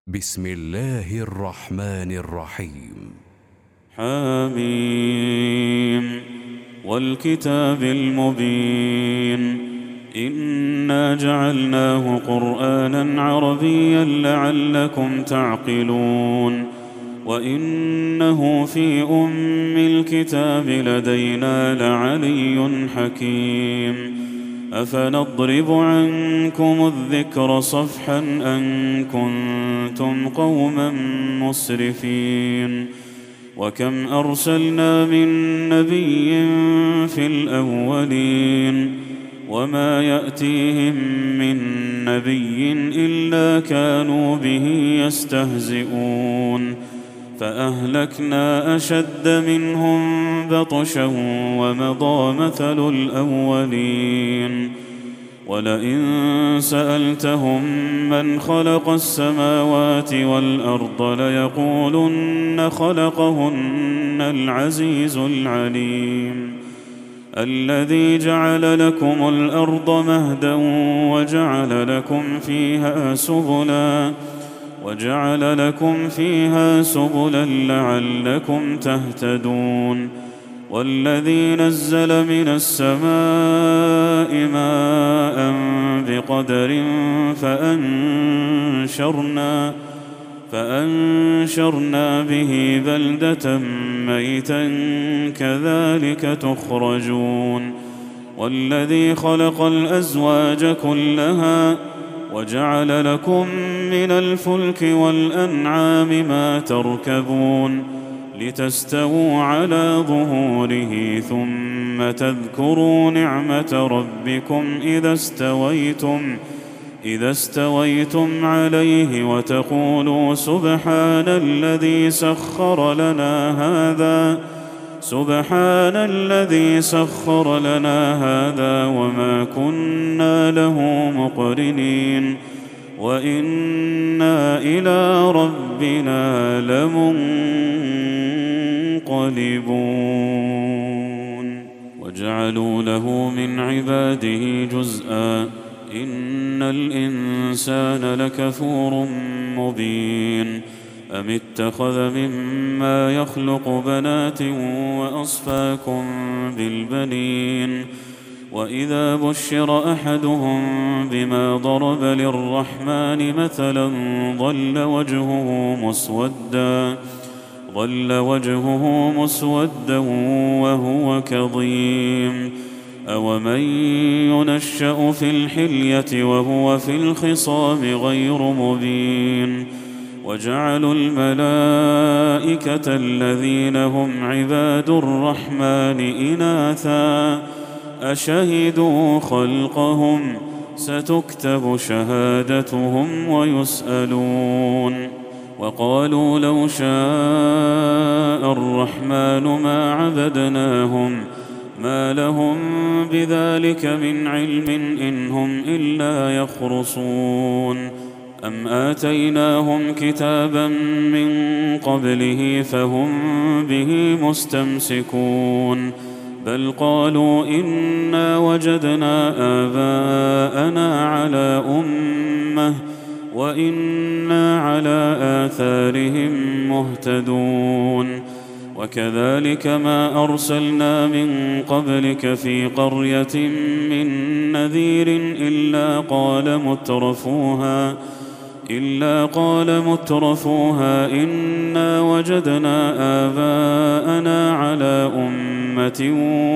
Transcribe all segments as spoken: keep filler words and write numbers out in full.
بسم الله الرحمن الرحيم. حميم والكتاب المبين إنا جعلناه قرآنا عربيا لعلكم تعقلون وإنه في أم الكتاب لدينا لعلي حكيم أفنضرب عنكم الذكر صفحا أن كنتم قوما مسرفين وكم أرسلنا من نبي في الأولين وما يأتيهم من نبي إلا كانوا به يستهزئون فأهلكنا أشد منهم بطشا ومضى مثل الأولين ولئن سألتهم من خلق السماوات والأرض ليقولن خلقهن العزيز العليم الذي جعل لكم الأرض مهدا وجعل لكم فيها سبلا وجعل لكم فيها سبلا لعلكم تهتدون والذي نزل من السماء ماء بقدر فأنشرنا فأنشرنا به بلدة ميتا كذلك تخرجون والذي خلق الأزواج كلها وجعل لكم من الفلك والأنعام ما تركبون لتستووا على ظهوره ثم تذكروا نعمة ربكم إذا استويتم إذا استويتم عليه وتقولوا سبحان الذي سخر لنا هذا سبحان الذي سخر لنا هذا وما كنا له مقرنين وإنا إلى ربنا لمنقلبون وجعلوا له من عباده جزءا إن الإنسان لكفور مبين أم اتخذ مما يخلق بنات وأصفاكم بالبنين وإذا بشر أحدهم بما ضرب للرحمن مثلا ظل وجهه مسودا ظل وجهه مسودا وهو كظيم أومن ينشأ في الحلية وهو في الخصام غير مبين وجعلوا الملائكة الذين هم عباد الرحمن إناثا أشهدوا خلقهم ستكتب شهادتهم ويسألون وقالوا لو شاء الرحمن ما عبدناهم ما لهم بذلك من علم إن هم إلا يخرصون أم آتيناهم كتابا من قبله فهم به مستمسكون بل قالوا إنا وجدنا آباءنا على أمة وإنا على آثارهم مهتدون وكذلك ما أرسلنا من قبلك في قرية من نذير إلا قال مترفوها إلا قال مترفوها إنا وجدنا آباءنا على أمة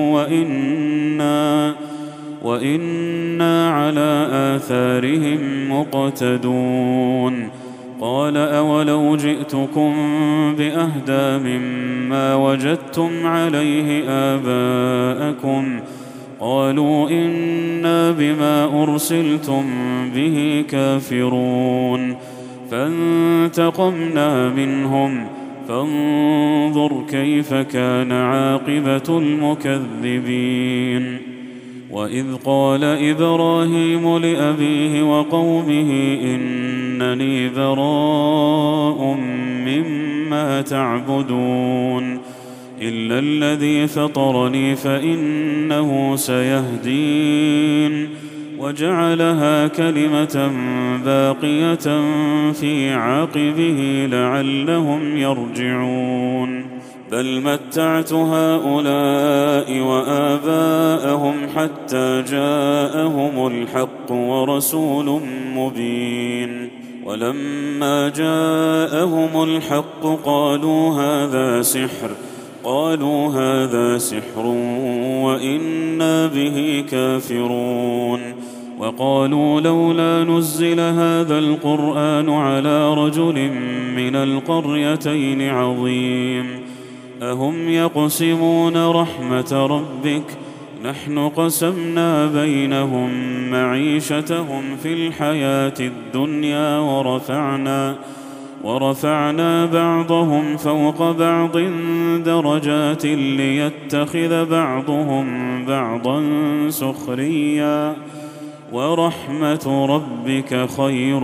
وإنا وإنا على آثارهم مقتدون قال أولو جئتكم بأهدى مما وجدتم عليه آباءكم قالوا إنا بما أرسلتم به كافرون فانتقمنا منهم فانظر كيف كان عاقبة المكذبين وإذ قال إبراهيم لأبيه وقومه إنني براء مما تعبدون إلا الذي فطرني فإنه سيهدين وجعلها كلمة باقية في عقبه لعلهم يرجعون بل متعت هؤلاء وآباءهم حتى جاءهم الحق ورسول مبين ولما جاءهم الحق قالوا هذا سحر قالوا هذا سحر وإنا به كافرون وقالوا لولا نزل هذا القرآن على رجل من القريتين عظيم أهم يقسمون رحمة ربك نحن قسمنا بينهم معيشتهم في الحياة الدنيا ورفعنا ورفعنا بعضهم فوق بعض درجات ليتخذ بعضهم بعضا سخريا ورحمة ربك خير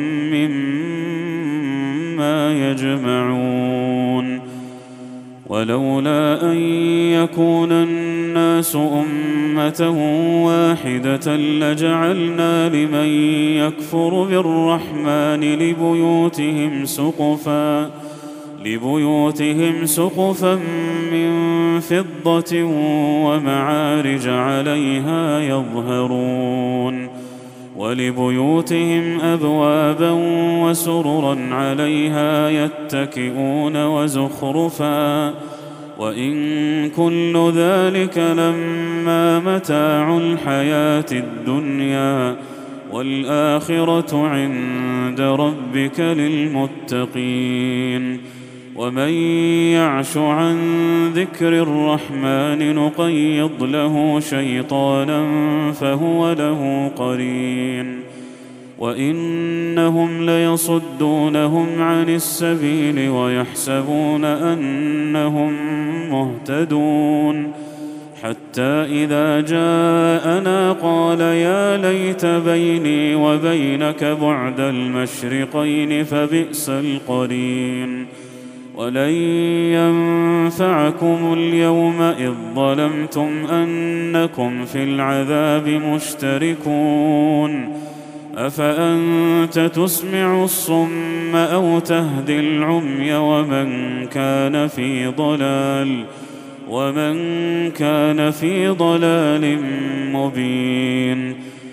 مما يجمعون ولولا أن يكون الناس أمة واحدة لجعلنا لمن يكفر بالرحمن لبيوتهم سقفا لبيوتهم سقفا من فضة ومعارج عليها يظهرون ولبيوتهم أبوابا وسررا عليها يتكئون وزخرفا وإن كل ذلك لما متاع الحياة الدنيا والآخرة عند ربك للمتقين ومن يعش عن ذكر الرحمن نقيض له شيطانا فهو له قرين وإنهم ليصدونهم عن السبيل ويحسبون أنهم مهتدون حتى إذا جاءنا قال يا ليت بيني وبينك بعد المشرقين فبئس القرين ولن ينفعكم اليوم إذ ظلمتم أنكم في العذاب مشتركون أفأنت تسمع الصم أو تهدي العمي ومن كان في ضلال ومن كان في ضلال مبين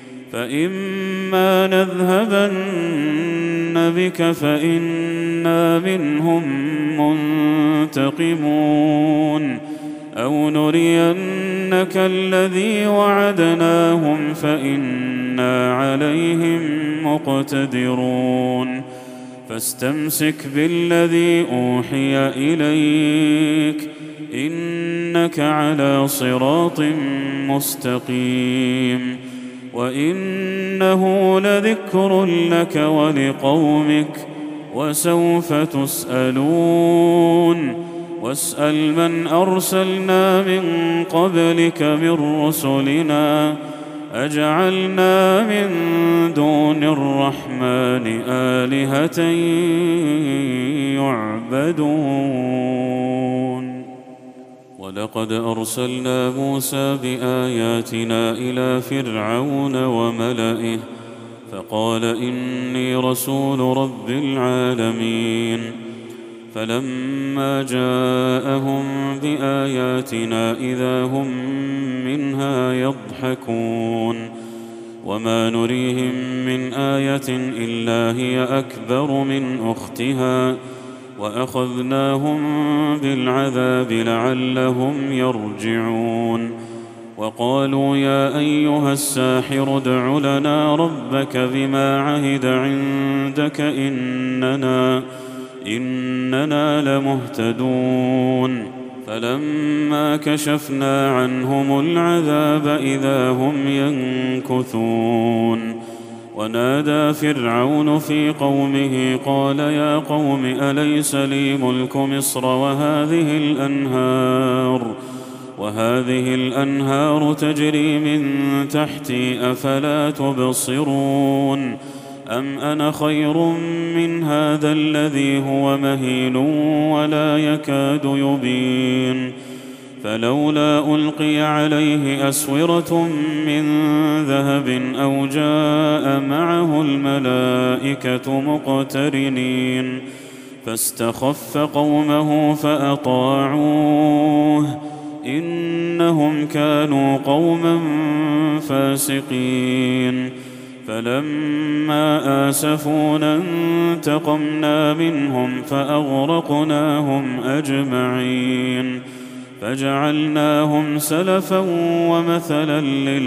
فإما نذهبن بك فإنا منهم منتقمون أو نرينك الذي وعدناهم فإنا عليهم مقتدرون فاستمسك بالذي أوحي إليك إنك على صراط مستقيم وإنه لذكر لك ولقومك وسوف تسألون واسأل من أرسلنا من قبلك من رسلنا أجعلنا من دون الرحمن آلهة يعبدون ولقد أرسلنا موسى بآياتنا إلى فرعون وملئه فقال إني رسول رب العالمين فلما جاءهم بآياتنا إذا هم منها يضحكون وما نريهم من آية إلا هي أكبر من أختها وأخذناهم بالعذاب لعلهم يرجعون وقالوا يا أيها الساحر ادع لنا ربك بما عهد عندك إننا إننا لمهتدون فلما كشفنا عنهم العذاب إذا هم ينكثون ونادى فرعون في قومه قال يا قوم أليس لي ملك مصر وهذه الأنهار وهذه الأنهار تجري من تحتي أفلا تبصرون أم أنا خير من هذا الذي هو مهين ولا يكاد يبين فلولا ألقي عليه أسورة من ذهب أو جاء معه الملائكة مقترنين فاستخف قومه فأطاعوه إنهم كانوا قوما فاسقين فلما آسفونا انتقمنا منهم فأغرقناهم أجمعين فجعلناهم سلفا ومثلا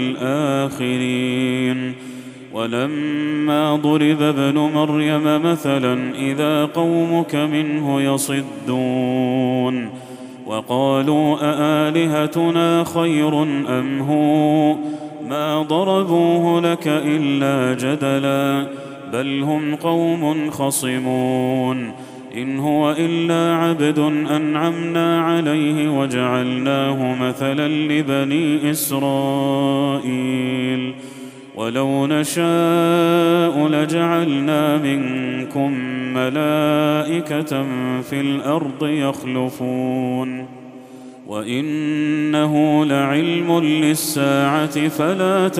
للآخرين ولما ضرب ابن مريم مثلا إذا قومك منه يصدون وقالوا أآلهتنا خير أم هو ما ضربوه لك إلا جدلا بل هم قوم خصمون إن هو إلا عبد أنعمنا عليه وجعلناه مثلا لبني إسرائيل ولو نشاء لجعلنا منكم ملائكة في الأرض يخلفون وإنه لعلم للساعة فلا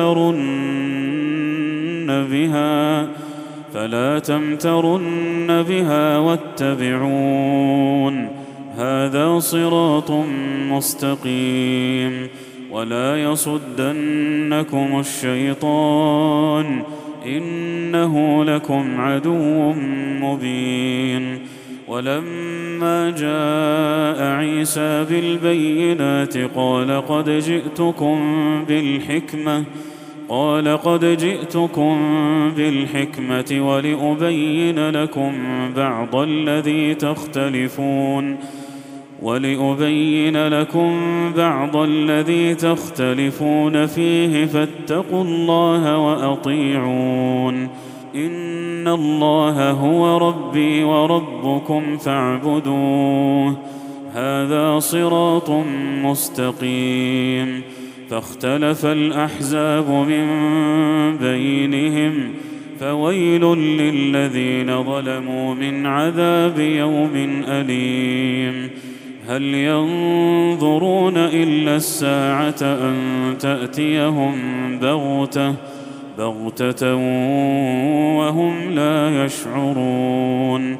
تمترن بها فلا تمترن بها واتبعون هذا صراط مستقيم ولا يصدنكم الشيطان إنه لكم عدو مبين ولما جاء عيسى بالبينات قال قد جئتكم بالحكمة قال قد جئتكم بالحكمة ولأبين لكم بعض الذي تختلفون ولأبين لكم بعض الذي تختلفون فيه فاتقوا الله وأطيعون إن الله هو ربي وربكم فاعبدوه هذا صراط مستقيم فاختلف الأحزاب من بينهم فويل للذين ظلموا من عذاب يوم أليم هل ينظرون إلا الساعة أن تأتيهم بغتة بغتة وهم لا يشعرون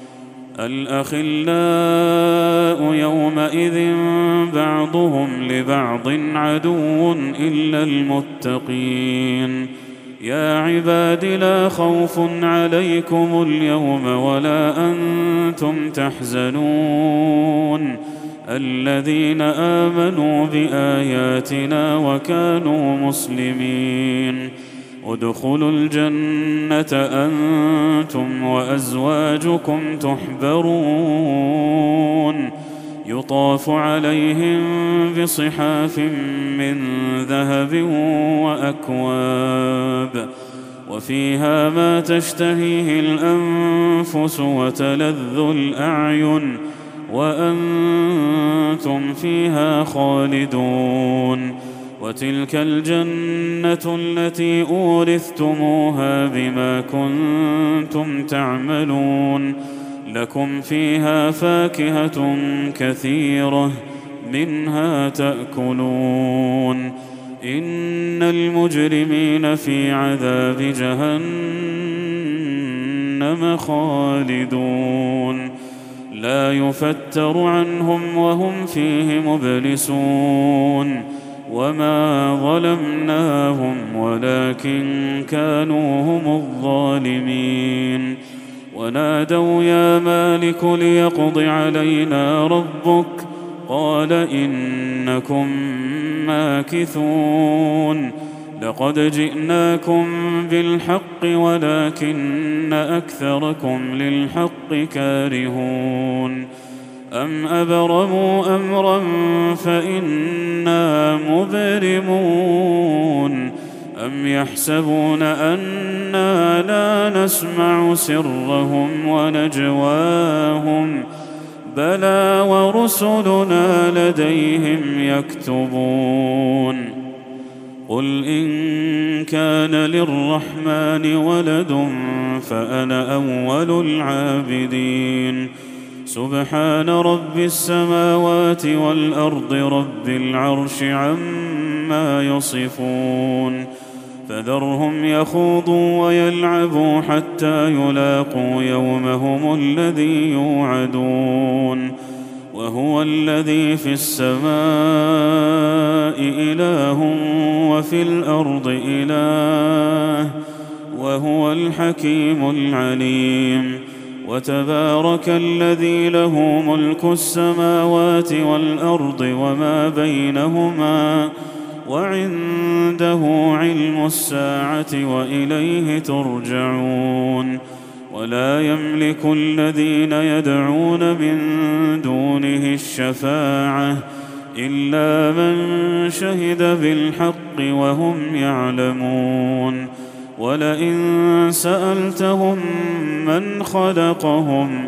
الأخلاء يومئذ بعضهم لبعض عدو إلا المتقين يا عباد لا خوف عليكم اليوم ولا أنتم تحزنون الذين آمنوا بآياتنا وكانوا مسلمين ادخلوا الجنة أنتم وأزواجكم تحبرون يطاف عليهم بصحاف من ذهب وأكواب وفيها ما تشتهيه الأنفس وتلذ الأعين وأنتم فيها خالدون وتلك الجنة التي أورثتموها بما كنتم تعملون لكم فيها فاكهة كثيرة منها تأكلون إن المجرمين في عذاب جهنم خالدون لا يفتر عنهم وهم فيه مبلسون وما ظلمناهم ولكن كانوا هم الظالمين ونادوا يا مالك ليقض علينا ربك قال إنكم ماكثون لقد جئناكم بالحق ولكن أكثركم للحق كارهون أم أبرموا أمرا فإنا مبرمون أم يحسبون أنا لا نسمع سرهم ونجواهم بلى ورسلنا لديهم يكتبون قل إن كان للرحمن ولد فأنا أول العابدين سبحان رب السماوات والأرض رب العرش عما يصفون فذرهم يخوضوا ويلعبوا حتى يلاقوا يومهم الذي يوعدون وهو الذي في السماء إله وفي الأرض إله وهو الحكيم العليم وتبارك الذي له ملك السماوات والأرض وما بينهما وعنده علم الساعة وإليه ترجعون ولا يملك الذين يدعون من دونه الشفاعة إلا من شهد بالحق وهم يعلمون ولئن سألتهم من خلقهم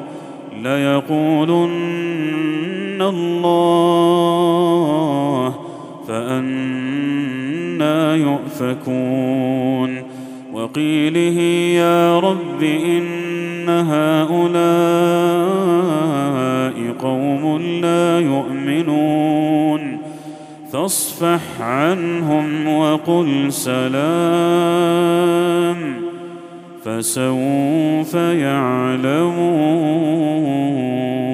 ليقولن الله فأنى يؤفكون وقيله يا رب إن هؤلاء قوم لا يؤمنون فاصفح عنهم وقل سلام فسوف يعلمون.